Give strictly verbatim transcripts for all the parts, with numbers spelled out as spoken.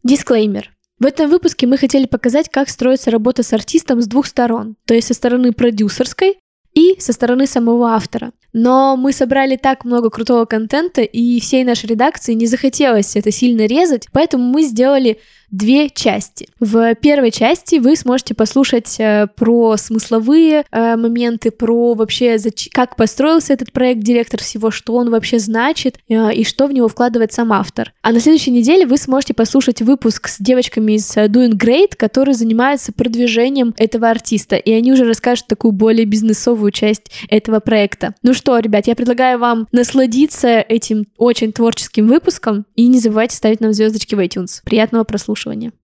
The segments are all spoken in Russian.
Дисклеймер. В этом выпуске мы хотели показать, как строится работа с артистом с двух сторон, то есть со стороны продюсерской и со стороны самого автора. Но мы собрали так много крутого контента, и всей нашей редакции не захотелось это сильно резать, поэтому мы сделали две части. В первой части вы сможете послушать э, про смысловые э, моменты, про вообще зач- как построился этот проект «Директор всего», что он вообще значит э, и что в него вкладывает сам автор. А на следующей неделе вы сможете послушать выпуск с девочками из Doing Great, которые занимаются продвижением этого артиста, и они уже расскажут такую более бизнесовую часть этого проекта. Ну что, ребят, я предлагаю вам насладиться этим очень творческим выпуском и не забывайте ставить нам звездочки в iTunes. Приятного прослушивания.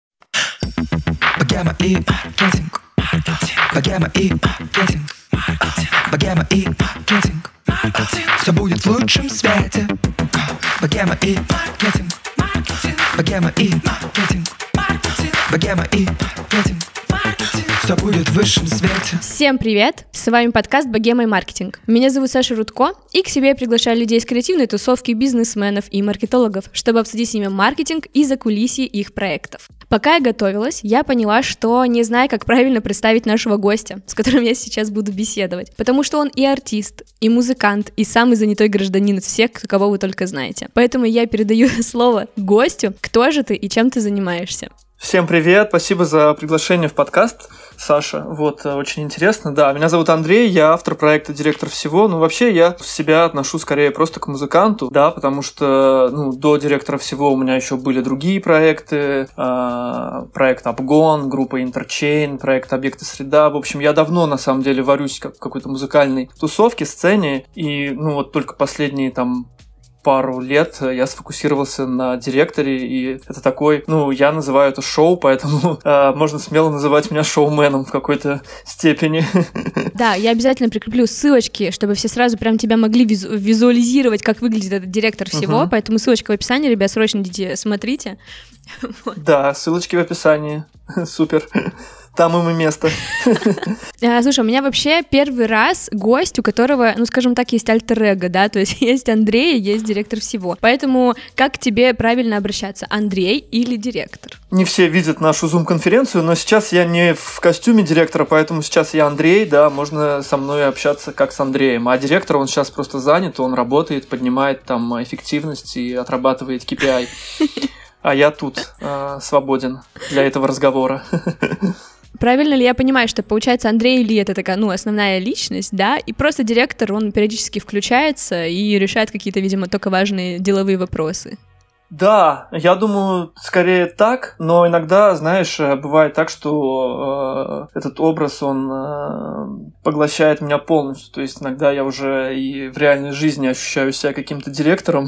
Богема и маркетинг. Богема и маркетинг. Богема и маркетинг. Все будет в лучшем свете. Богема и маркетинг. Богема и маркетинг. Богема и маркетинг. Все будет в высшем свете. Всем привет! С вами подкаст «Богема и маркетинг». Меня зовут Саша Рудко, и к себе я приглашаю людей из креативной тусовки, бизнесменов и маркетологов, чтобы обсудить с ними маркетинг и закулисье их проектов. Пока я готовилась, я поняла, что не знаю, как правильно представить нашего гостя, с которым я сейчас буду беседовать, потому что он и артист, и музыкант, и самый занятой гражданин из всех, кого вы только знаете. Поэтому я передаю слово гостю. Кто же ты и чем ты занимаешься? Всем привет, спасибо за приглашение в подкаст, Саша. Вот, очень интересно. Да, меня зовут Андрей, я автор проекта «Директор всего». Ну, вообще, я себя отношу скорее просто к музыканту, да, потому что, ну, до «Директора всего» у меня еще были другие проекты, э, проект «Обгон», группа «Интерчейн», проект «Объекты среда». В общем, я давно, на самом деле, варюсь как в какой-то музыкальной тусовке, сцене, и, ну, вот только последние, там, пару лет я сфокусировался на директоре, и это такой, ну, я называю это шоу, поэтому э, можно смело называть меня шоуменом в какой-то степени. Да, я обязательно прикреплю ссылочки, чтобы все сразу прям тебя могли визу- визуализировать, как выглядит этот директор всего, uh-huh. Поэтому ссылочка в описании, ребят, срочно идите, смотрите. Вот. Да, ссылочки в описании, супер. Там им и место. Слушай, у меня вообще первый раз гость, у которого, ну, скажем так, есть альтер-эго, да, то есть есть Андрей, есть директор всего. Поэтому как к тебе правильно обращаться, Андрей или директор? Не все видят нашу зум-конференцию, но сейчас я не в костюме директора, поэтому сейчас я Андрей, да, можно со мной общаться как с Андреем. А директор, он сейчас просто занят, он работает, поднимает там эффективность и отрабатывает кей пи ай. А я тут э, свободен для этого разговора. Правильно ли я понимаю, что, получается, Андрей Ли — это такая, ну, основная личность, да, и просто директор, он периодически включается и решает какие-то, видимо, только важные деловые вопросы? Да, я думаю, скорее так, но иногда, знаешь, бывает так, что э, этот образ, он э, поглощает меня полностью, то есть иногда я уже и в реальной жизни ощущаю себя каким-то директором,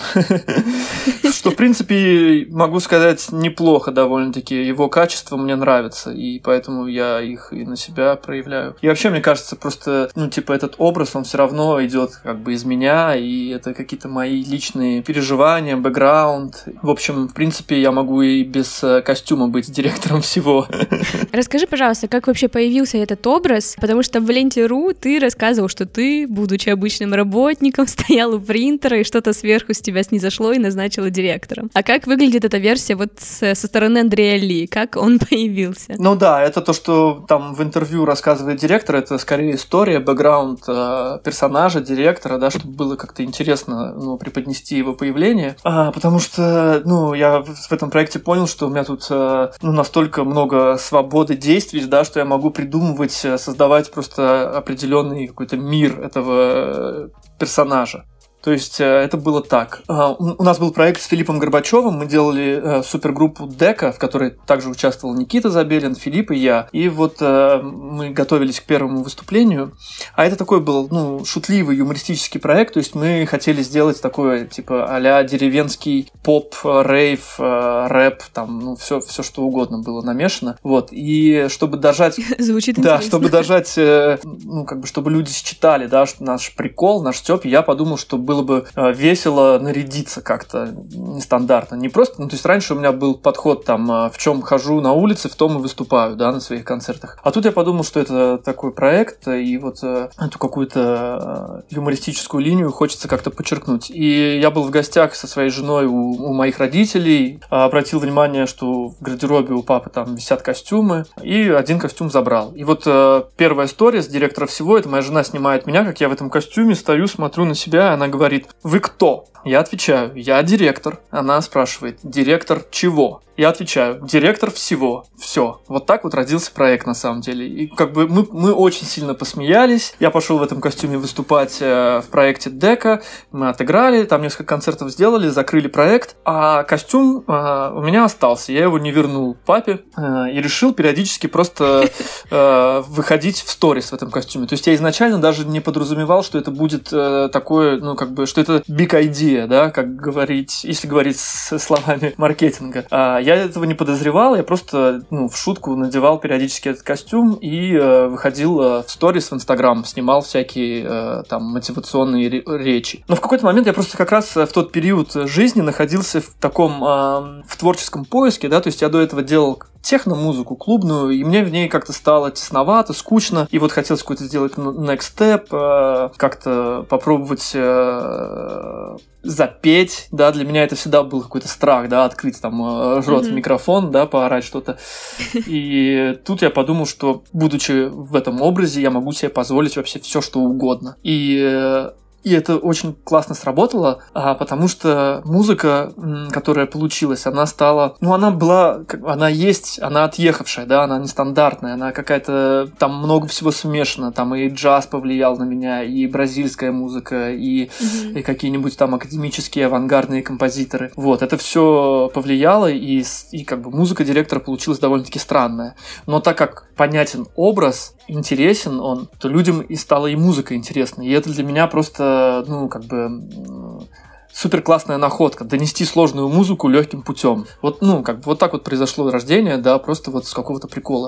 что, в принципе, могу сказать, неплохо довольно-таки, его качество мне нравится, и поэтому я их и на себя проявляю. И вообще, мне кажется, просто, ну, типа, этот образ, он все равно идет как бы из меня, и это какие-то мои личные переживания, бэкграунд. В общем, в принципе, я могу и без костюма быть директором всего. Расскажи, пожалуйста, как вообще появился этот образ, потому что в Ленте.ру ты рассказывал, что ты, будучи обычным работником, стоял у принтера, и что-то сверху с тебя снизошло и назначило директором. А как выглядит эта версия вот со стороны Андрея Ли? Как он появился? Ну да, это то, что там в интервью рассказывает директор, это скорее история, бэкграунд э, персонажа, директора, да, чтобы было как-то интересно, ну, преподнести его появление, а, потому что ну, я в этом проекте понял, что у меня тут ну, настолько много свободы действий, да, что я могу придумывать, создавать просто определенный какой-то мир этого персонажа. То есть это было так. У нас был проект с Филиппом Горбачевым, мы делали супергруппу Дека, в которой также участвовал Никита Забелин, Филипп и я. И вот мы готовились к первому выступлению. А это такой был, ну, шутливый, юмористический проект. То есть мы хотели сделать такой, типа, а-ля деревенский поп, рейв, рэп, там, ну, все, все что угодно было намешано. Вот. И чтобы дожать... Звучит да, интересно. чтобы дожать, ну, как бы, чтобы люди считали, да, что наш прикол, наш стёб, я подумал, что был было бы э, весело нарядиться как-то нестандартно. Не просто, ну, то есть раньше у меня был подход там, э, в чем хожу на улице, в том и выступаю, да, на своих концертах. А тут я подумал, что это такой проект, и вот э, эту какую-то э, юмористическую линию хочется как-то подчеркнуть. И я был в гостях со своей женой у, у моих родителей, э, обратил внимание, что в гардеробе у папы там висят костюмы, и один костюм забрал. И вот э, первая история с директора всего, это моя жена снимает меня, как я в этом костюме стою, смотрю на себя, и она говорит: «Вы кто?» Я отвечаю: «Я директор». Она спрашивает: «Директор чего?» Я отвечаю: «Директор всего». Все. Вот так вот родился проект на самом деле. И как бы мы, мы очень сильно посмеялись. Я пошел в этом костюме выступать э, в проекте Дека. Мы отыграли, там несколько концертов сделали, закрыли проект. А костюм э, у меня остался. Я его не вернул папе э, и решил периодически просто э, выходить в сторис в этом костюме. То есть я изначально даже не подразумевал, что это будет э, такое, ну как бы, что это big idea, да, как говорить, если говорить с словами маркетинга. А я этого не подозревал, я просто, ну, в шутку надевал периодически этот костюм и э, выходил э, в сторис в Инстаграм, снимал всякие э, там мотивационные ре- речи. Но в какой-то момент я просто как раз в тот период жизни находился в таком, э, в творческом поиске, да, то есть я до этого делал техно-музыку клубную, и мне в ней как-то стало тесновато, скучно, и вот хотелось какой-то сделать next step, э, как-то попробовать э, запеть, да, для меня это всегда был какой-то страх, да, открыть там рот mm-hmm. в микрофон, да, поорать что-то, и тут я подумал, что, будучи в этом образе, я могу себе позволить вообще все, что угодно, и И это очень классно сработало, потому что музыка, которая получилась, она стала... Ну, она была... Она есть, она отъехавшая, да, она нестандартная, она какая-то... Там много всего смешано, там и джаз повлиял на меня, и бразильская музыка, и, mm-hmm. и какие-нибудь там академические авангардные композиторы. Вот, это все повлияло, и, и как бы музыка директора получилась довольно-таки странная. Но так как понятен образ, интересен он, то людям и стала и музыка интересна. И это для меня просто, ну, как бы... супер классная находка, донести сложную музыку легким путем. Вот, ну, как бы вот так вот произошло рождение, да, просто вот с какого-то прикола.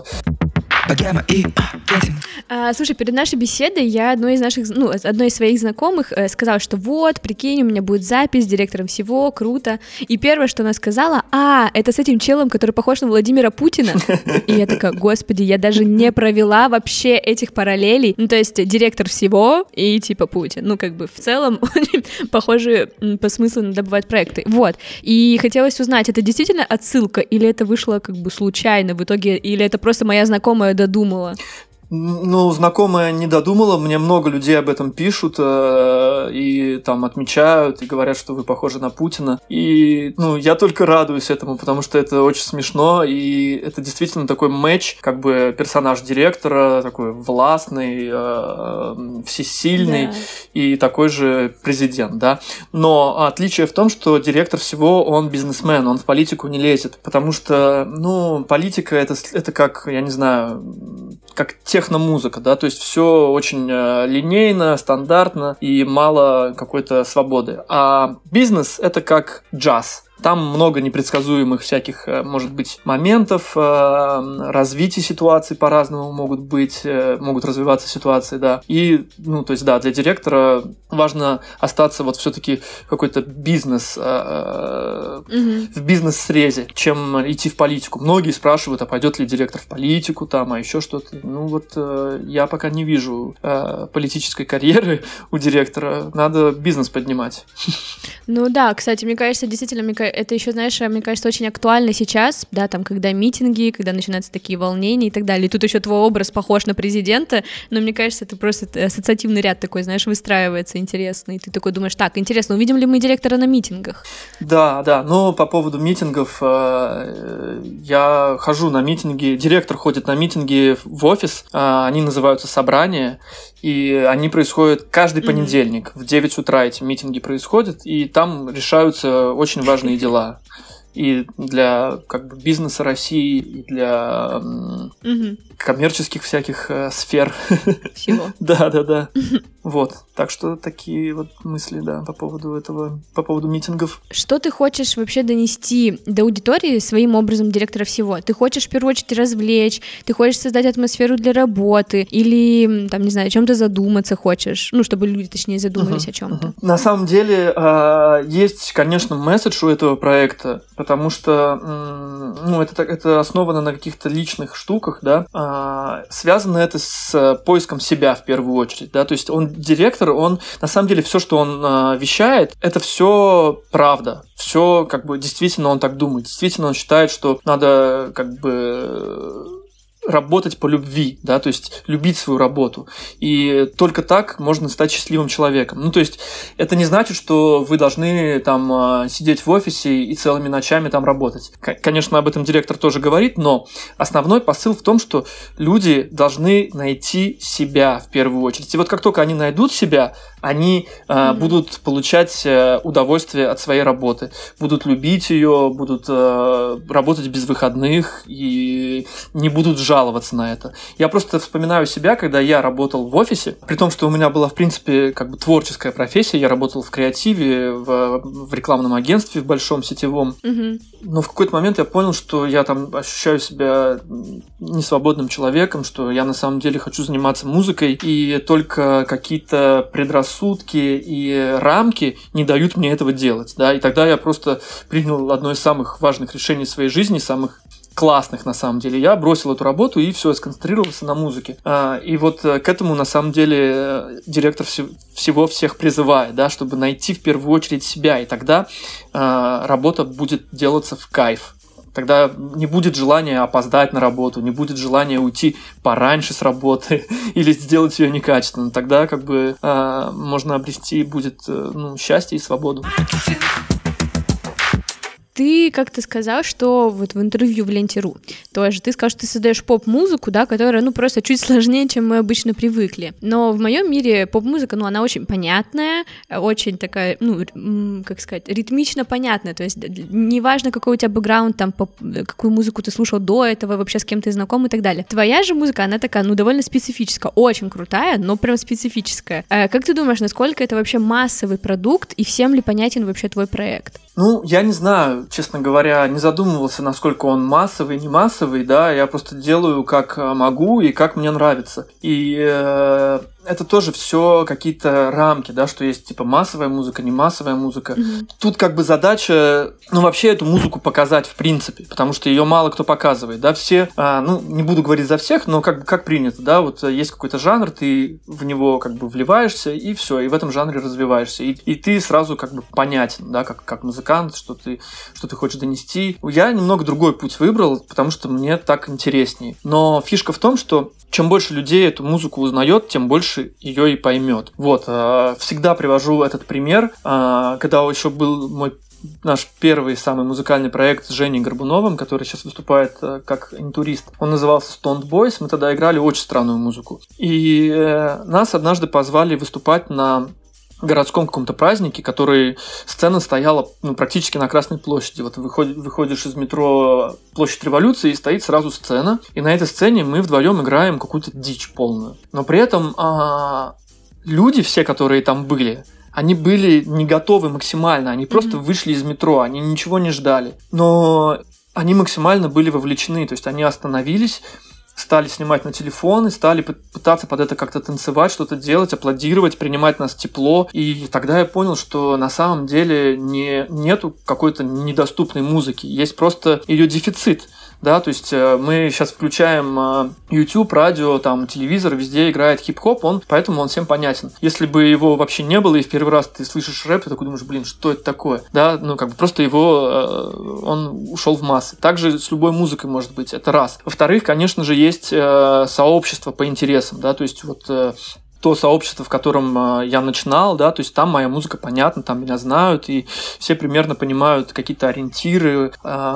А, слушай, перед нашей беседой я одной из наших, ну, одной из своих знакомых э, сказала, что вот, прикинь, у меня будет запись с директором всего, круто. И первое, что она сказала: а, это с этим челом, который похож на Владимира Путина. И я такая: господи, я даже не провела вообще этих параллелей. Ну, то есть директор всего и типа Путин. Ну, как бы в целом похожи по смыслу надо добывать проекты. Вот. И хотелось узнать, это действительно отсылка, или это вышло как бы случайно в итоге, или это просто моя знакомая додумала? Ну, знакомая не додумала, мне много людей об этом пишут э, и там отмечают, и говорят, что вы похожи на Путина. И, ну, я только радуюсь этому, потому что это очень смешно, и это действительно такой матч, как бы персонаж директора, такой властный, э, всесильный, да. И такой же президент, да. Но отличие в том, что директор всего, он бизнесмен, он в политику не лезет, потому что, ну, политика это, это как, я не знаю, как техномузыка, да, то есть все очень э, линейно, стандартно и мало какой-то свободы. А бизнес — это как джаз. Там много непредсказуемых всяких, может быть, моментов, развития ситуаций по-разному могут быть, могут развиваться ситуации, да. И, ну, то есть, да, для директора важно остаться вот все-таки в какой-то бизнес, mm-hmm. в бизнес-срезе, чем идти в политику. Многие спрашивают, а пойдет ли директор в политику, там, а еще что-то. Ну, вот я пока не вижу политической карьеры у директора. Надо бизнес поднимать. Ну да, кстати, мне кажется, действительно, мне кажется, это еще, знаешь, мне кажется, очень актуально сейчас, да, там, когда митинги, когда начинаются такие волнения и так далее. И тут еще твой образ похож на президента, но мне кажется, это просто ассоциативный ряд такой, знаешь, выстраивается интересный. И ты такой думаешь: так, интересно, увидим ли мы директора на митингах? Да, да, но по поводу митингов, я хожу на митинги, директор ходит на митинги в офис, они называются собрания, и они происходят каждый понедельник, mm-hmm. в девять утра эти митинги происходят, и там решаются очень важные дела. и для как бы бизнеса России, и для Угу. коммерческих всяких э, сфер. Всего. Да, да, да. Вот. Так что такие вот мысли, да, по поводу этого, по поводу митингов. Что ты хочешь вообще донести до аудитории своим образом директора всего? Ты хочешь в первую очередь развлечь, ты хочешь создать атмосферу для работы, или, там, не знаю, о чем-то задуматься хочешь, ну, чтобы люди, точнее, задумались uh-huh, о чем-то. Uh-huh. На самом деле, э, есть, конечно, месседж у этого проекта, потому что, э, ну, это, это основано на каких-то личных штуках, да, э, связано это с поиском себя в первую очередь, да, то есть он директор, он, на самом деле, все, что он э, вещает, это все правда, все, как бы, действительно он так думает, действительно он считает, что надо, как бы, работать по любви, да, то есть любить свою работу. И только так можно стать счастливым человеком. Ну, то есть это не значит, что вы должны там сидеть в офисе и целыми ночами там работать. Конечно, об этом директор тоже говорит, но основной посыл в том, что люди должны найти себя в первую очередь. И вот как только они найдут себя, они mm-hmm. э, будут получать э, удовольствие от своей работы, будут любить ее, будут э, работать без выходных и не будут жаловаться на это. Я просто вспоминаю себя, когда я работал в офисе, при том, что у меня была, в принципе, как бы творческая профессия, я работал в креативе, в, в рекламном агентстве, в большом сетевом, mm-hmm. но в какой-то момент я понял, что я там ощущаю себя несвободным человеком, что я на самом деле хочу заниматься музыкой, и только какие-то предрассудки и рамки не дают мне этого делать, да, и тогда я просто принял одно из самых важных решений в своей жизни, самых классных на самом деле. Я бросил эту работу и все, сконцентрировался на музыке. И вот к этому на самом деле директор всего всех призывает, да, чтобы найти в первую очередь себя, и тогда работа будет делаться в кайф. Тогда не будет желания опоздать на работу, не будет желания уйти пораньше с работы или сделать ее некачественно. Тогда как бы э, можно обрести будет э, ну, счастье и свободу. Ты как-то сказал, что вот в интервью в Ленте.ру тоже, ты сказал, что ты создаешь поп-музыку, да, которая, ну, просто чуть сложнее, чем мы обычно привыкли. Но в моем мире поп-музыка, ну, она очень понятная, очень такая, ну, как сказать, ритмично понятная, то есть неважно, какой у тебя бэкграунд, там, поп, какую музыку ты слушал до этого, вообще с кем ты знаком и так далее. Твоя же музыка, она такая, ну, довольно специфическая, очень крутая, но прям специфическая. А как ты думаешь, насколько это вообще массовый продукт, и всем ли понятен вообще твой проект? Ну, я не знаю, честно говоря, не задумывался, насколько он массовый, не массовый, да, я просто делаю как могу и как мне нравится. И э, это тоже все какие-то рамки, да, что есть типа массовая музыка, не массовая музыка. Mm-hmm. Тут как бы задача, ну, вообще эту музыку показать в принципе, потому что ее мало кто показывает, да, все, э, ну, не буду говорить за всех, но как, как принято, да, вот есть какой-то жанр, ты в него как бы вливаешься, и все, и в этом жанре развиваешься, и, и ты сразу как бы понятен, да, как, как музыкант, что ты, что ты хочешь донести. Я немного другой путь выбрал, потому что мне так интереснее. Но фишка в том, что чем больше людей эту музыку узнает, тем больше ее и поймет. Вот, всегда привожу этот пример, когда еще был мой наш первый самый музыкальный проект с Женей Горбуновым, который сейчас выступает как интурист. Он назывался Stoned Boys. Мы тогда играли очень странную музыку. И нас однажды позвали выступать на городском каком-то празднике, который сцена стояла ну, практически на Красной площади. Вот выходишь, выходишь из метро Площадь Революции, и стоит сразу сцена. И на этой сцене мы вдвоем играем какую-то дичь полную. Но при этом а, люди, все, которые там были, они были не готовы максимально. Они mm-hmm. просто вышли из метро, они ничего не ждали. Но они максимально были вовлечены. То есть они остановились, стали снимать на телефоны, стали пытаться под это как-то танцевать, что-то делать, аплодировать, принимать нас тепло. И тогда я понял, что на самом деле не, нету какой-то недоступной музыки, есть просто ее дефицит. Да, то есть мы сейчас включаем YouTube, радио, там, телевизор, везде играет хип-хоп, он, поэтому он всем понятен. Если бы его вообще не было, и в первый раз ты слышишь рэп, ты такой думаешь, блин, что это такое? Да, ну как бы просто его, он ушел в массы. Также с любой музыкой может быть, это раз. Во-вторых, конечно же, есть сообщество по интересам, да, то есть вот то сообщество, в котором я начинал, да, то есть там моя музыка понятна, там меня знают, и все примерно понимают какие-то ориентиры,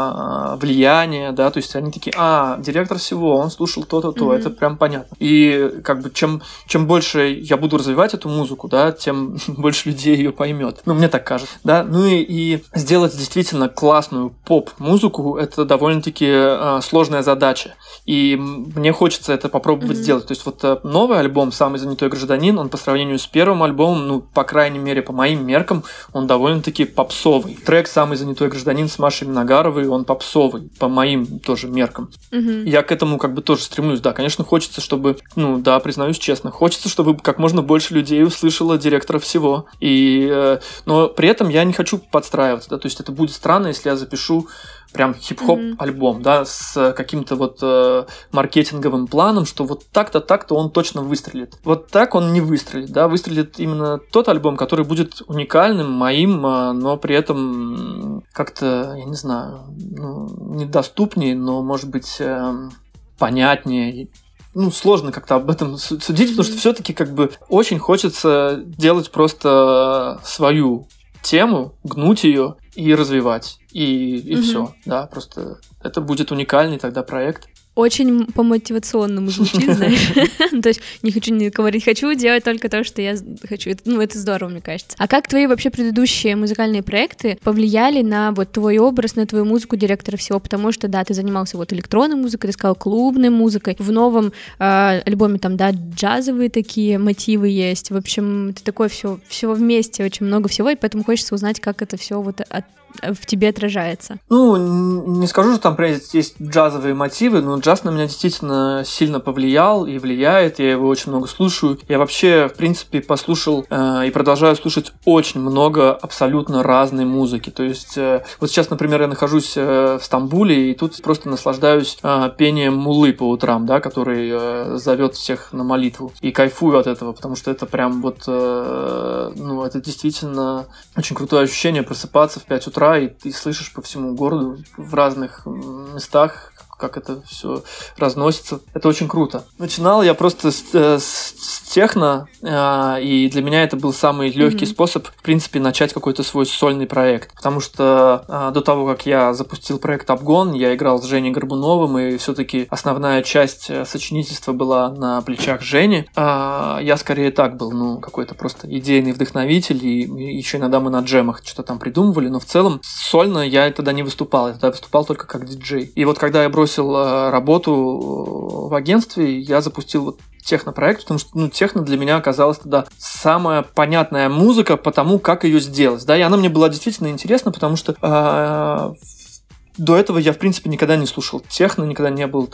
влияния, да, то есть они такие, а, директор всего, он слушал то-то, то, mm-hmm. это прям понятно. И как бы чем, чем больше я буду развивать эту музыку, да, тем больше людей ее поймет. Ну, мне так кажется, да. Ну и, и сделать действительно классную поп-музыку, это довольно-таки э, сложная задача. И мне хочется это попробовать mm-hmm. сделать. То есть вот новый альбом «Самый занятой гражданин», он по сравнению с первым альбомом, ну, по крайней мере, по моим меркам, он довольно-таки попсовый. Трек «Самый занятой гражданин» с Машей Миногаровой, он попсовый, по моим тоже меркам. Mm-hmm. Я к этому как бы тоже стремлюсь. Да, конечно, хочется, чтобы, ну, да, признаюсь честно, хочется, чтобы как можно больше людей услышало директора всего. И, э, но при этом я не хочу подстраиваться, да, то есть это будет странно, если я запишу прям хип-хоп mm-hmm. альбом, да, с каким-то вот э, маркетинговым планом, что вот так-то, так-то он точно выстрелит. Вот так он не выстрелит, да, выстрелит именно тот альбом, который будет уникальным, моим, э, но при этом как-то, я не знаю, ну, недоступнее, но, может быть, э, понятнее. Ну, сложно как-то об этом судить, потому что все-таки как бы очень хочется делать просто свою тему, гнуть ее и развивать. И, и mm-hmm. все, да, просто это будет уникальный тогда проект. Очень по-мотивационному звучит, знаешь. То есть не хочу не говорить, хочу делать только то, что я хочу. Ну, это здорово, мне кажется. А как твои вообще предыдущие музыкальные проекты повлияли на вот твой образ, на твою музыку директора всего? Потому что, да, ты занимался вот электронной музыкой, ты сказал, клубной музыкой. В новом э, альбоме там, да, джазовые такие мотивы есть. В общем, ты такое все, все вместе, очень много всего, и поэтому хочется узнать, как это все вот от в тебе отражается? Ну, не скажу, что там прям есть джазовые мотивы, но джаз на меня действительно сильно повлиял и влияет, я его очень много слушаю. Я вообще, в принципе, послушал э, и продолжаю слушать очень много абсолютно разной музыки. То есть, э, вот сейчас, например, я нахожусь э, в Стамбуле, и тут просто наслаждаюсь э, пением муллы по утрам, да, который э, зовет всех на молитву. И кайфую от этого, потому что это прям вот, э, ну, это действительно очень крутое ощущение просыпаться в пять утра, и ты слышишь по всему городу в разных местах, как это все разносится. Это очень круто. Начинал я просто с, с, с техно, э, и для меня это был самый легкий mm-hmm. способ, в принципе, начать какой-то свой сольный проект. Потому что э, до того, как я запустил проект Обгон, я играл с Женей Горбуновым, и все-таки основная часть сочинительства была на плечах Жени. Э, я скорее так был, ну, какой-то просто идейный вдохновитель, и, и еще иногда мы на джемах что-то там придумывали, но в целом сольно я тогда не выступал, я тогда выступал только как диджей. И вот когда я бросил работу в агентстве, я запустил вот технопроект, потому что, ну, техно для меня оказалась тогда самая понятная музыка по тому, как ее сделать, да, и она мне была действительно интересна, потому что э, до этого я, в принципе, никогда не слушал техно, никогда не был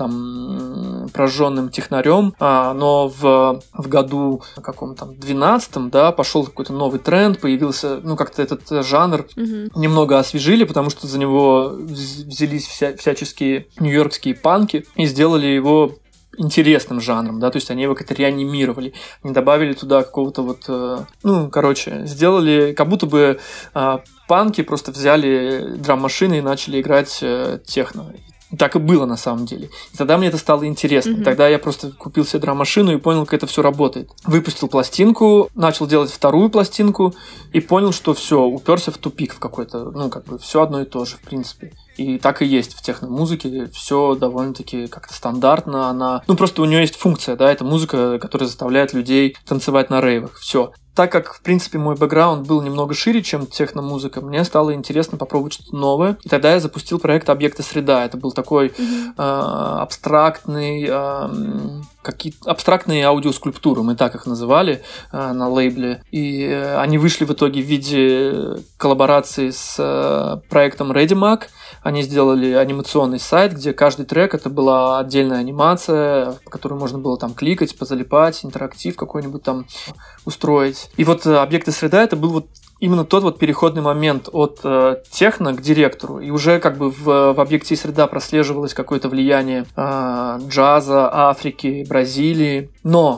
там прожженным технарем, а, но в, в году каком-то там двенадцатом, да, пошел какой-то новый тренд, появился, ну, как-то этот жанр mm-hmm. немного освежили, потому что за него взялись вся, всяческие нью-йоркские панки и сделали его интересным жанром, да, то есть они его как-то реанимировали, они добавили туда какого-то вот, э, ну, короче, сделали, как будто бы э, панки просто взяли драм-машины и начали играть э, техно. И так и было на самом деле. И тогда мне это стало интересно. Mm-hmm. Тогда я просто купил себе драм-машину и понял, как это все работает. Выпустил пластинку, начал делать вторую пластинку и понял, что все, уперся в тупик в какой-то, ну, как бы все одно и то же, в принципе. И так и есть в техномузыке, все довольно-таки как-то стандартно, она... Ну, просто у нее есть функция, да, это музыка, которая заставляет людей танцевать на рейвах, все. Так как, в принципе, мой бэкграунд был немного шире, чем техномузыка, мне стало интересно попробовать что-то новое. И тогда я запустил проект «Объекты среда». Это был такой mm-hmm. э, абстрактный... Э, какие-то абстрактные аудиоскульптуры, мы так их называли э, на лейбле. И э, они вышли в итоге в виде коллаборации с э, проектом ReadyMag. Они сделали анимационный сайт, где каждый трек это была отдельная анимация, по которой можно было там кликать, позалипать, интерактив какой-нибудь там устроить. И вот «Объекты среда» это был вот именно тот вот переходный момент от э, техно к директору. И уже как бы в, в «Объекте среда» прослеживалось какое-то влияние э, джаза, Африки, Бразилии. Но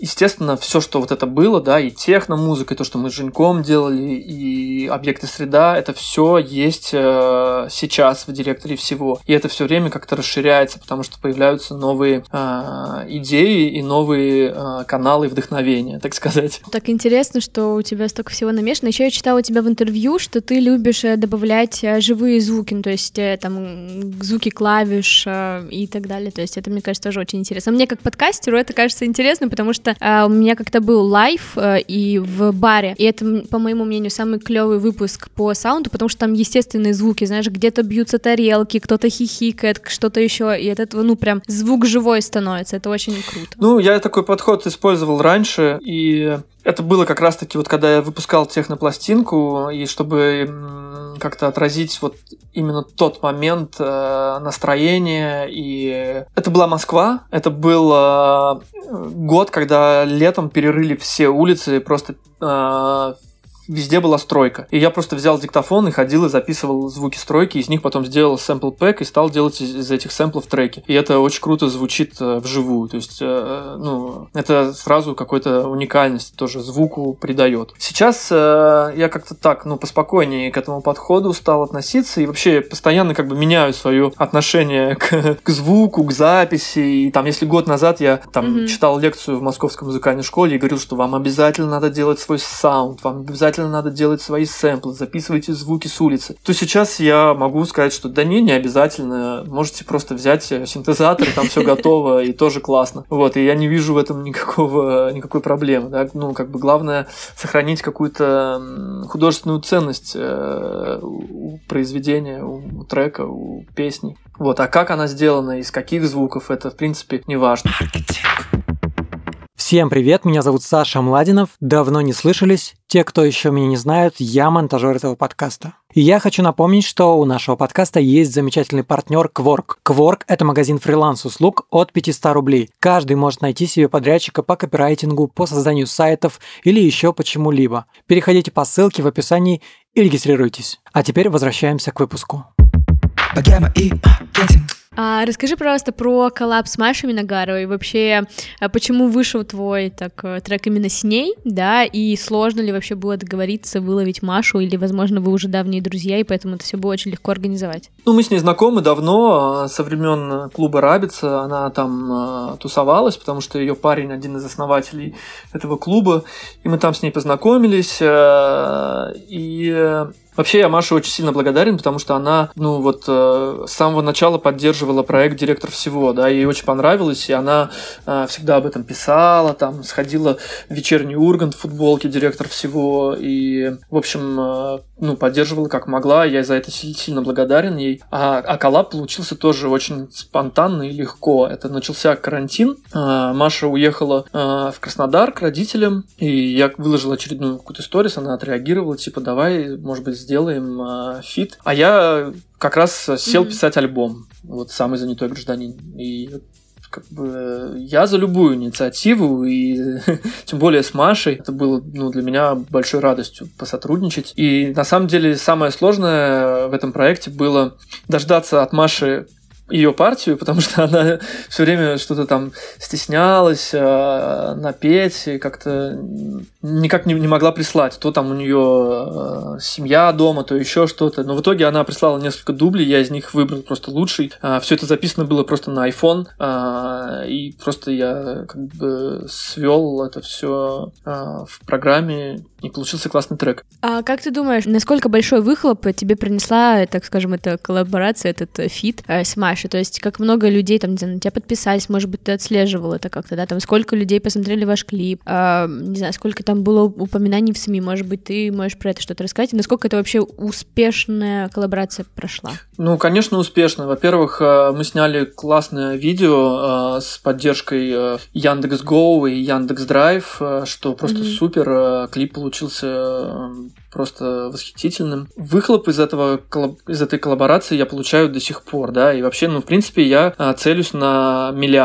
естественно, все, что вот это было, да, и техно-музыка, и то, что мы с Женьком делали, и объекты среда, это все есть э, сейчас в директоре всего. И это все время как-то расширяется, потому что появляются новые э, идеи и новые э, каналы вдохновения, так сказать. Так интересно, что у тебя столько всего намешано. Еще я читала у тебя в интервью, что ты любишь добавлять живые звуки, ну, то есть там звуки клавиш э, и так далее. То есть это, мне кажется, тоже очень интересно. Мне как подкастеру это кажется интересно, потому что э, у меня как-то был лайв э, и в баре, и это, по моему мнению, самый клевый выпуск по саунду, потому что там естественные звуки, знаешь, где-то бьются тарелки, кто-то хихикает, что-то еще, и от этого, ну, прям звук живой становится, это очень круто. Ну, я такой подход использовал раньше, и это было как раз-таки вот когда я выпускал технопластинку, и чтобы как-то отразить вот именно тот момент э, настроения, и это была Москва, это был э, год, когда летом перерыли все улицы, просто э, везде была стройка. И я просто взял диктофон и ходил и записывал звуки стройки, из них потом сделал сэмпл-пэк и стал делать из этих сэмплов треки. И это очень круто звучит вживую. То есть, ну, это сразу какой-то уникальность тоже звуку придает. Сейчас я как-то так, ну, поспокойнее к этому подходу стал относиться и вообще постоянно как бы меняю свое отношение к, к звуку, к записи. И там, если год назад я там mm-hmm. читал лекцию в Московской музыкальной школе и говорил, что вам обязательно надо делать свой саунд, вам обязательно надо делать свои сэмплы, записывайте звуки с улицы, то сейчас я могу сказать, что да не, не обязательно, можете просто взять синтезатор, там все готово, и тоже классно. Вот, и я не вижу в этом никакого, никакой проблемы, да, ну, как бы главное сохранить какую-то художественную ценность у произведения, у трека, у песни. Вот, а как она сделана, из каких звуков, это, в принципе, не важно. Всем привет, меня зовут Саша Младинов, давно не слышались. Те, кто еще меня не знают, я монтажер этого подкаста. И я хочу напомнить, что у нашего подкаста есть замечательный партнер Quark. Quark – это магазин фриланс-услуг от пятьсот рублей. Каждый может найти себе подрядчика по копирайтингу, по созданию сайтов или еще почему-либо. Переходите по ссылке в описании и регистрируйтесь. А теперь возвращаемся к выпуску. А, расскажи, пожалуйста, про коллаб с Машей Миногаровой. Вообще, почему вышел твой так, трек именно с ней, да, и сложно ли вообще было договориться, выловить Машу, или, возможно, вы уже давние друзья, и поэтому это все было очень легко организовать? Ну, мы с ней знакомы давно, со времен клуба Рабица. Она там тусовалась, потому что ее парень один из основателей этого клуба, и мы там с ней познакомились, и... Вообще, я Маше очень сильно благодарен, потому что она, ну вот, э, с самого начала поддерживала проект «Директор всего», да, ей очень понравилось, и она э, всегда об этом писала, там, сходила в вечерний Ургант в футболке «Директор всего», и, в общем, э, ну, поддерживала как могла, я за это сильно благодарен ей. А, а коллаб получился тоже очень спонтанно и легко. Это начался карантин, э, Маша уехала э, в Краснодар к родителям, и я выложил очередную какую-то сторис, она отреагировала, типа, давай, может быть, сделаем э, фит. А я как раз сел mm-hmm. писать альбом. Вот «Самый занятой гражданин». И как бы я за любую инициативу, и тем более с Машей. Это было, ну, для меня большой радостью посотрудничать. И на самом деле самое сложное в этом проекте было дождаться от Маши ее партию, потому что она все время что-то там стеснялась э, напеть, и как-то никак не, не могла прислать. То там у нее э, семья дома, то еще что-то. Но в итоге она прислала несколько дублей, я из них выбрал просто лучший. Э, все это записано было просто на iPhone, э, и просто я как бы свел это все э, в программе, и получился классный трек. А как ты думаешь, насколько большой выхлоп тебе принесла, так скажем, эта коллаборация, этот фит э, с Машей? То есть как много людей там, не знаю, на тебя подписались, может быть, ты отслеживал это как-то, да, там сколько людей посмотрели ваш клип, э, не знаю, сколько там было упоминаний в СМИ, может быть, ты можешь про это что-то рассказать, и насколько это вообще успешная коллаборация прошла? Ну, конечно, успешно. Во-первых, мы сняли классное видео э, с поддержкой Яндекс.Гоу и Яндекс.Драйв, что просто mm-hmm. супер, клип получился просто восхитительным. Выхлоп из этого, из этой коллаборации я получаю до сих пор, да, и вообще, ну, в принципе, я целюсь на миллиард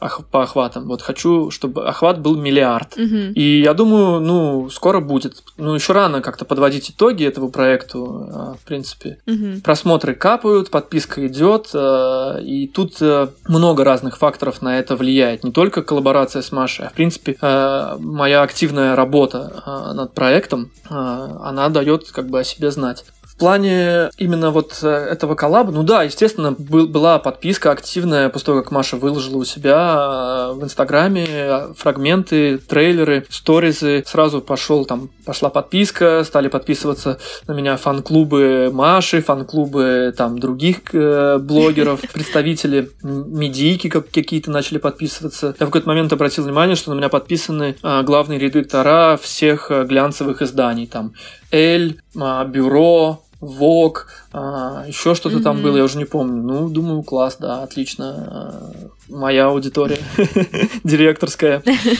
ох- по охватам. Вот хочу, чтобы охват был миллиард. Мгм. И я думаю, ну, скоро будет. Ну, еще рано как-то подводить итоги этому проекту, а, в принципе. Мгм. Просмотры капают, подписка идет, э, и тут э, много разных факторов на это влияет. Не только коллаборация с Машей, а в принципе э, моя активная работа э, над проектом, э, она дает как бы о себе знать. В плане именно вот э, этого коллаба, ну да, естественно, был, была подписка активная после того, как Маша выложила у себя э, в Инстаграме э, фрагменты, трейлеры, сторизы. Сразу пошел там, пошла подписка, стали подписываться на меня фан-клубы Маши, фан-клубы там других э, блогеров, представители медийки как, какие-то начали подписываться. Я в какой-то момент обратил внимание, что на меня подписаны э, главные редактора всех э, глянцевых изданий, там Эль, э, Бюро, Вог, а, еще что-то Мгм. там было, я уже не помню. Ну, думаю, класс, да, отлично. А, моя аудитория директорская.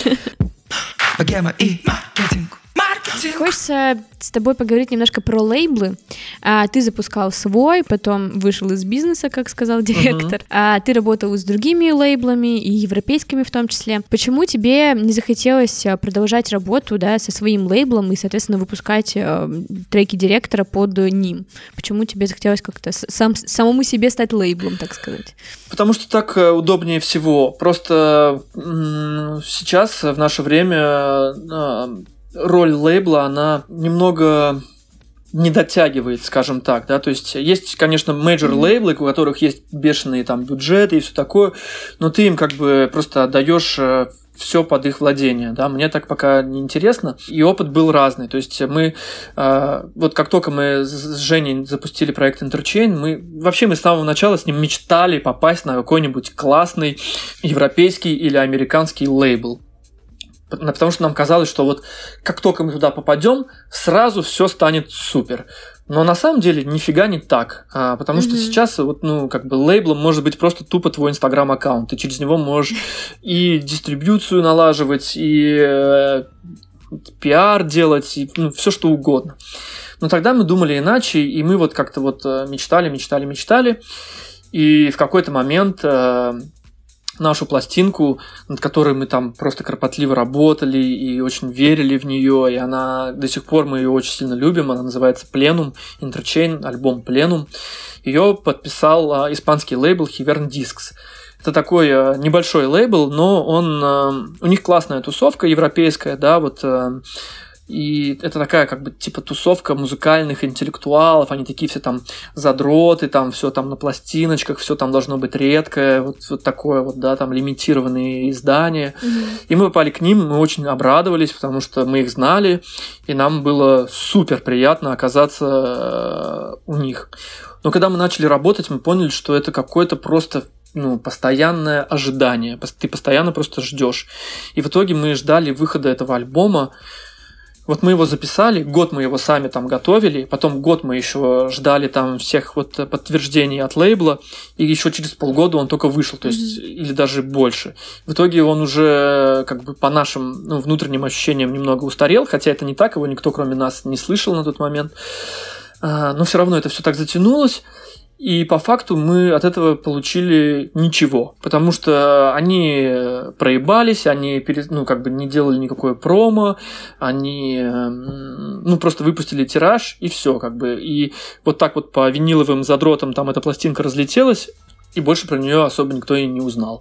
Богема и маркетинг. Маркетинг. Хочется с тобой поговорить немножко про лейблы. А, ты запускал свой, потом вышел из бизнеса, как сказал директор. А, ты работал с другими лейблами, и европейскими в том числе. Почему тебе не захотелось а, продолжать работу, да, со своим лейблом и, соответственно, выпускать а, треки директора под ним? Почему тебе захотелось как-то с- сам, самому себе стать лейблом, так сказать? Потому что так э, удобнее всего. Просто м, сейчас, в наше время, э, роль лейбла, она немного не дотягивает, скажем так, да, то есть есть, конечно, мейджор лейблы, у которых есть бешеные там бюджеты и все такое, но ты им как бы просто отдаешь все под их владение, да, мне так пока не интересно, и опыт был разный, то есть мы, э, вот как только мы с Женей запустили проект Interchain, мы, вообще мы с самого начала с ним мечтали попасть на какой-нибудь классный европейский или американский лейбл. Потому что нам казалось, что вот как только мы туда попадем, сразу все станет супер. Но на самом деле нифига не так. А, потому mm-hmm. что сейчас вот, ну, как бы лейблом может быть просто тупо твой инстаграм-аккаунт. Ты через него можешь и дистрибьюцию налаживать, и э, пиар делать, и ну, все что угодно. Но тогда мы думали иначе, и мы вот как-то вот мечтали, мечтали, мечтали. И в какой-то момент... Э, нашу пластинку, над которой мы там просто кропотливо работали и очень верили в нее, и она до сих пор мы ее очень сильно любим, она называется Plenum, Interchain, альбом Plenum. Ее подписал а, испанский лейбл Hivern Discs. Это такой а, небольшой лейбл, но он, а, у них классная тусовка европейская, да, вот... А, и это такая, как бы, типа, тусовка музыкальных интеллектуалов, они такие все там задроты, там все там на пластиночках, все там должно быть редкое, вот, вот такое вот, да, там лимитированные издания. Mm-hmm. И мы попали к ним, мы очень обрадовались, потому что мы их знали, и нам было супер приятно оказаться у них. Но когда мы начали работать, мы поняли, что это какое-то просто... ну, постоянное ожидание, ты постоянно просто ждешь. И в итоге мы ждали выхода этого альбома. Вот мы его записали, год мы его сами там готовили, потом год мы еще ждали там всех вот подтверждений от лейбла, и еще через полгода он только вышел, то есть, mm-hmm. или даже больше. В итоге он уже как бы по нашим ну, внутренним ощущениям немного устарел, хотя это не так, его никто кроме нас не слышал на тот момент, но все равно это все так затянулось. И по факту мы от этого получили ничего, потому что они проебались, они ну, как бы не делали никакое промо, они ну, просто выпустили тираж, и все, как бы. И вот так вот по виниловым задротам там эта пластинка разлетелась, и больше про нее особо никто и не узнал.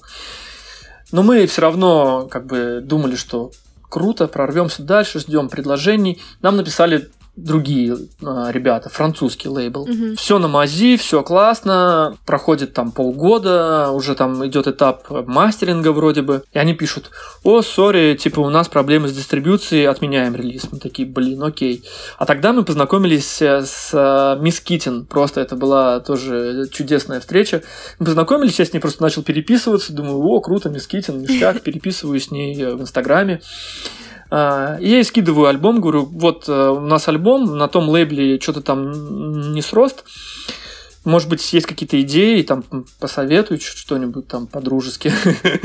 Но мы все равно как бы думали, что круто, прорвемся дальше, ждем предложений. Нам написали другие а, ребята, французский лейбл. Mm-hmm. Все на мази, все классно, проходит там полгода, уже там идет этап мастеринга вроде бы, и они пишут: о, сори, типа у нас проблемы с дистрибьюцией, отменяем релиз. Мы такие, блин, окей. А тогда мы познакомились с Мисс Китен, просто это была тоже чудесная встреча. Мы познакомились, я с ней просто начал переписываться, думаю, о, круто, Мисс Китен, ништяк, переписываю с ней в Инстаграме. Я ей скидываю альбом, говорю, вот у нас альбом, на том лейбле что-то там не срост, может быть, есть какие-то идеи, там посоветуй что-нибудь там по-дружески.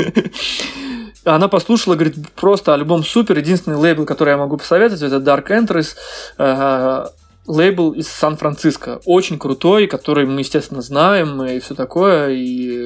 Она послушала, говорит, просто альбом супер, единственный лейбл, который я могу посоветовать, это Dark Entries, лейбл из Сан-Франциско, очень крутой, который мы, естественно, знаем и все такое, и...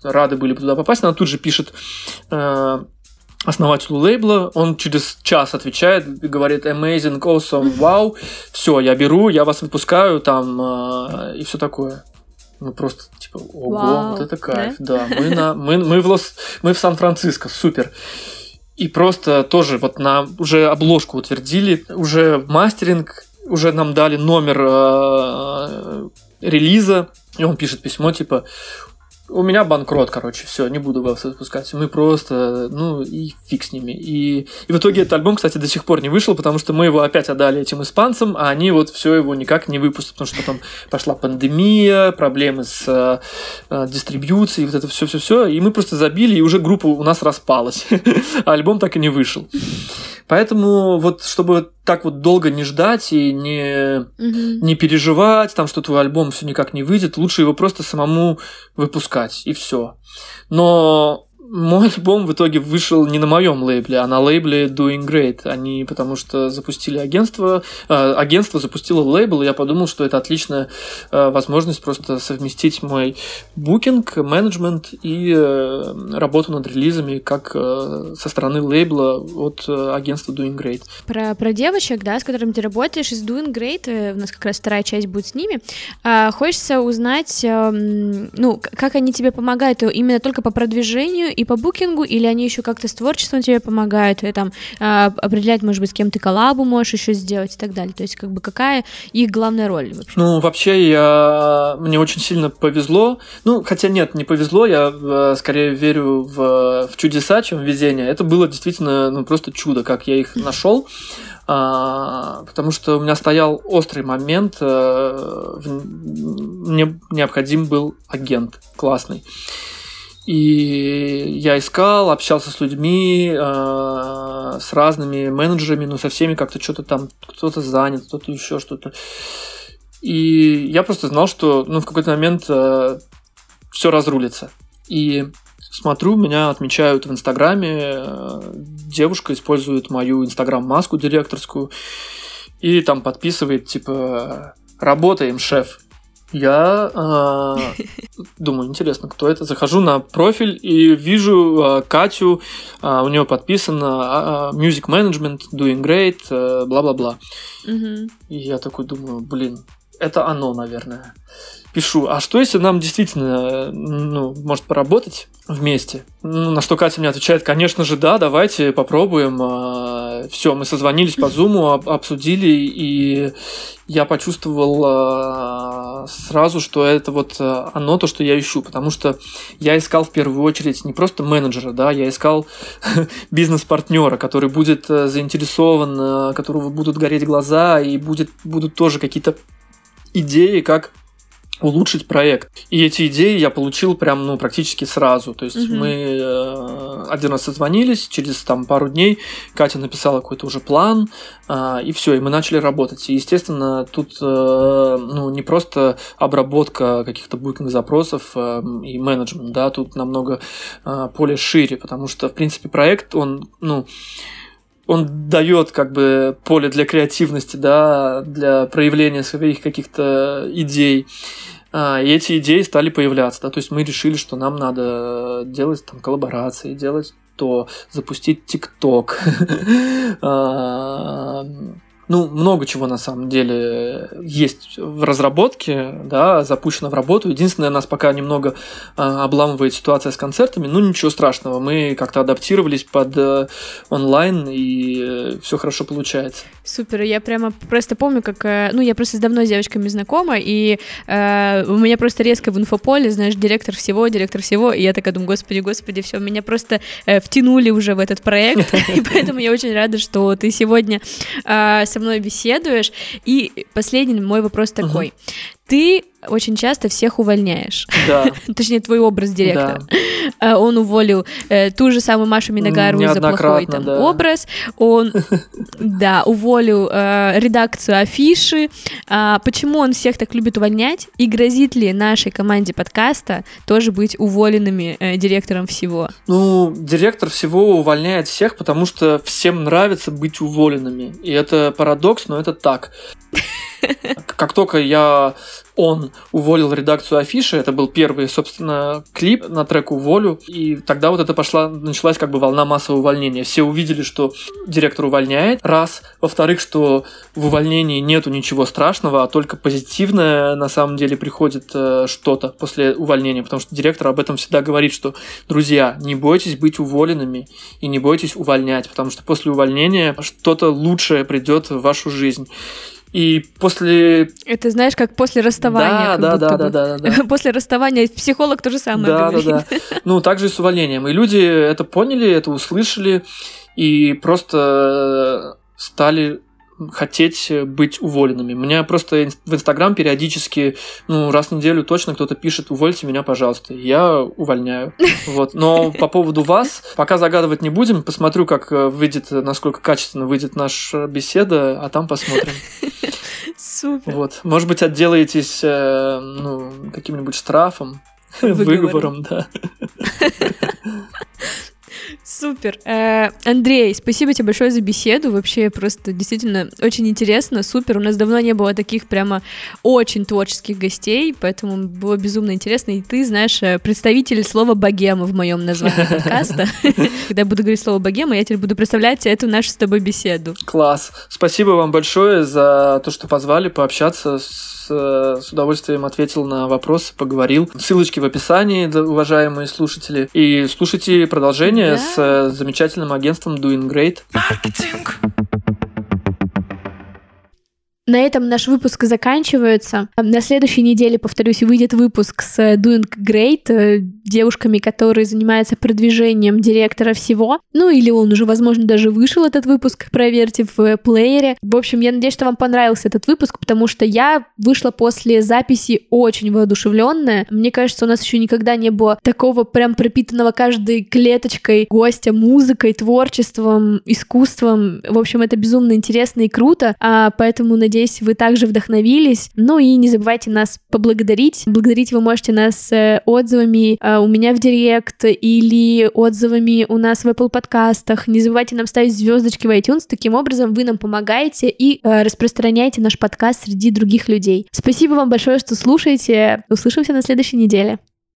рады были туда попасть. Она тут же пишет э, основателю лейбла, он через час отвечает и говорит amazing, awesome, wow, все, я беру, я вас выпускаю там э, и все такое. Мы просто типа, ого, Вау, вот это кайф, да, да, мы, на, мы, мы, в Лос, мы в Сан-Франциско, супер. И просто тоже вот на уже обложку утвердили, уже мастеринг, уже нам дали номер э, релиза, и он пишет письмо типа: у меня банкрот, короче, все, не буду вас выпускать. Мы просто, ну, и фиг с ними. И, и в итоге этот альбом, кстати, до сих пор не вышел, потому что мы его опять отдали этим испанцам, а они вот все его никак не выпустят, потому что потом пошла пандемия, проблемы с э, дистрибьюцией, вот это все-все-все. И мы просто забили, и уже группа у нас распалась. А альбом так и не вышел. Поэтому вот, чтобы так вот долго не ждать и не, угу. не переживать, там, что твой альбом все никак не выйдет, лучше его просто самому выпускать, и все. Но мой альбом в итоге вышел не на моем лейбле, а на лейбле Doing Great. Они потому что запустили агентство, э, агентство запустило лейбл, и я подумал, что это отличная э, возможность просто совместить мой букинг, менеджмент и э, работу над релизами как э, со стороны лейбла от э, агентства Doing Great. Про, про девочек, да, с которыми ты работаешь, из Doing Great, э, у нас как раз вторая часть будет с ними, э, хочется узнать, э, ну, как они тебе помогают именно только по продвижению и по букингу, или они еще как-то с творчеством тебе помогают, и там э, определять, может быть, с кем ты коллабу можешь еще сделать и так далее. То есть, как бы, какая их главная роль вообще? Ну, вообще, я... мне очень сильно повезло. Ну, хотя нет, не повезло, я э, скорее верю в, в чудеса, чем в везение. Это было действительно, ну, просто чудо, как я их нашел. А, потому что у меня стоял острый момент, э, в... мне необходим был агент классный. И я искал, общался с людьми, э, с разными менеджерами, но со всеми как-то что-то там, кто-то занят, кто-то еще что-то. И я просто знал, что ну, в какой-то момент э, все разрулится. И смотрю, меня отмечают в Инстаграме, э, девушка использует мою Инстаграм-маску директорскую и там подписывает, типа, работаем, шеф. Я э, думаю, интересно, кто это. Захожу на профиль и вижу э, Катю, э, у нее подписано э, Music Management, Doing Great, э, бла-бла-бла. Mm-hmm. И я такой думаю, блин, это оно, наверное. Пишу, а что если нам действительно, ну, может поработать вместе? Ну, на что Катя мне отвечает, конечно же, да, давайте попробуем. Все, мы созвонились по Зуму, обсудили, и я почувствовал сразу, что это вот оно, то, что я ищу, потому что я искал в первую очередь не просто менеджера, да, я искал бизнес-партнера, который будет заинтересован, которого будут гореть глаза, и будет, будут тоже какие-то идеи, как улучшить проект. И эти идеи я получил прям, ну, практически сразу. То есть mm-hmm. мы э, один раз созвонились, через там пару дней Катя написала какой-то уже план, э, и все, и мы начали работать. И, естественно, тут э, ну, не просто обработка каких-то букинг-запросов э, и менеджмент, да, тут намного э, поле шире, потому что, в принципе, проект, он, ну, он дает как бы поле для креативности, да, для проявления своих каких-то идей. И эти идеи стали появляться, да, то есть мы решили, что нам надо делать там коллаборации, делать то, запустить ТикТок. Ну, много чего на самом деле есть в разработке, да, запущено в работу. Единственное, нас пока немного а, обламывает ситуация с концертами, ну, ничего страшного, мы как-то адаптировались под э, онлайн, и э, все хорошо получается. Супер, я прямо просто помню, как, э, ну, я просто давно с девочками знакома, и э, у меня просто резко в инфополе, знаешь, директор всего, директор всего, и я такая думаю, господи, господи, все, меня просто э, втянули уже в этот проект, и поэтому я очень рада, что ты сегодня со мной беседуешь. И последний мой вопрос такой. Угу. Ты очень часто всех увольняешь. Да. Точнее, твой образ директора. Да. Он уволил э, ту же самую Машу Миногарову за плохой там, да. образ. Он, да, уволил э, редакцию афиши. А почему он всех так любит увольнять? И грозит ли нашей команде подкаста тоже быть уволенными э, директором всего? Ну, директор всего увольняет всех, потому что всем нравится быть уволенными. И это парадокс, но это так. Как только я он уволил редакцию афиши, это был первый, собственно, клип на трек «Уволю», и тогда вот это пошла, началась как бы волна массового увольнения. Все увидели, что директор увольняет, раз. Во-вторых, что в увольнении нету ничего страшного, а только позитивное на самом деле приходит э, что-то после увольнения, потому что директор об этом всегда говорит, что, друзья, не бойтесь быть уволенными и не бойтесь увольнять, потому что после увольнения что-то лучшее придет в вашу жизнь. И после... Это знаешь, как после расставания. Да, да, да, да, да, да. После расставания психолог то же самое да, говорит. Да, да, да. Ну, также и с увольнением. И люди это поняли, это услышали, и просто стали хотеть быть уволенными. Меня просто в Инстаграм периодически, ну, раз в неделю точно кто-то пишет: увольте меня, пожалуйста. Я увольняю. Вот. Но по поводу вас пока загадывать не будем. Посмотрю, как выйдет, насколько качественно выйдет наша беседа, а там посмотрим. Супер. Вот. Может быть, отделаетесь ну, каким-нибудь штрафом, выговором, да. Супер. Э, Андрей, спасибо тебе большое за беседу. Вообще просто действительно очень интересно, супер. У нас давно не было таких прямо очень творческих гостей, поэтому было безумно интересно. И ты, знаешь, представитель слова «богема» в моем названии подкаста. Когда я буду говорить слово «богема», я теперь буду представлять эту нашу с тобой беседу. Класс. Спасибо вам большое за то, что позвали пообщаться. С, с удовольствием ответил на вопросы, поговорил. Ссылочки в описании, уважаемые слушатели. И слушайте продолжение, да, с замечательным агентством Doing Great. Маркетинг. На этом наш выпуск заканчивается. На следующей неделе, повторюсь, выйдет выпуск с Doing Great, девушками, которые занимаются продвижением директора всего. Ну, или он уже, возможно, даже вышел, этот выпуск, проверьте в плеере. В общем, я надеюсь, что вам понравился этот выпуск, потому что я вышла после записи очень воодушевленная. Мне кажется, у нас еще никогда не было такого прям пропитанного каждой клеточкой гостя музыкой, творчеством, искусством. В общем, это безумно интересно и круто, а поэтому, надеюсь, вы также вдохновились. Ну и не забывайте нас поблагодарить. Благодарить вы можете нас отзывами у меня в директ или отзывами у нас в Apple подкастах. Не забывайте нам ставить звездочки в iTunes. Таким образом вы нам помогаете и распространяете наш подкаст среди других людей. Спасибо вам большое, что слушаете. Услышимся на следующей неделе.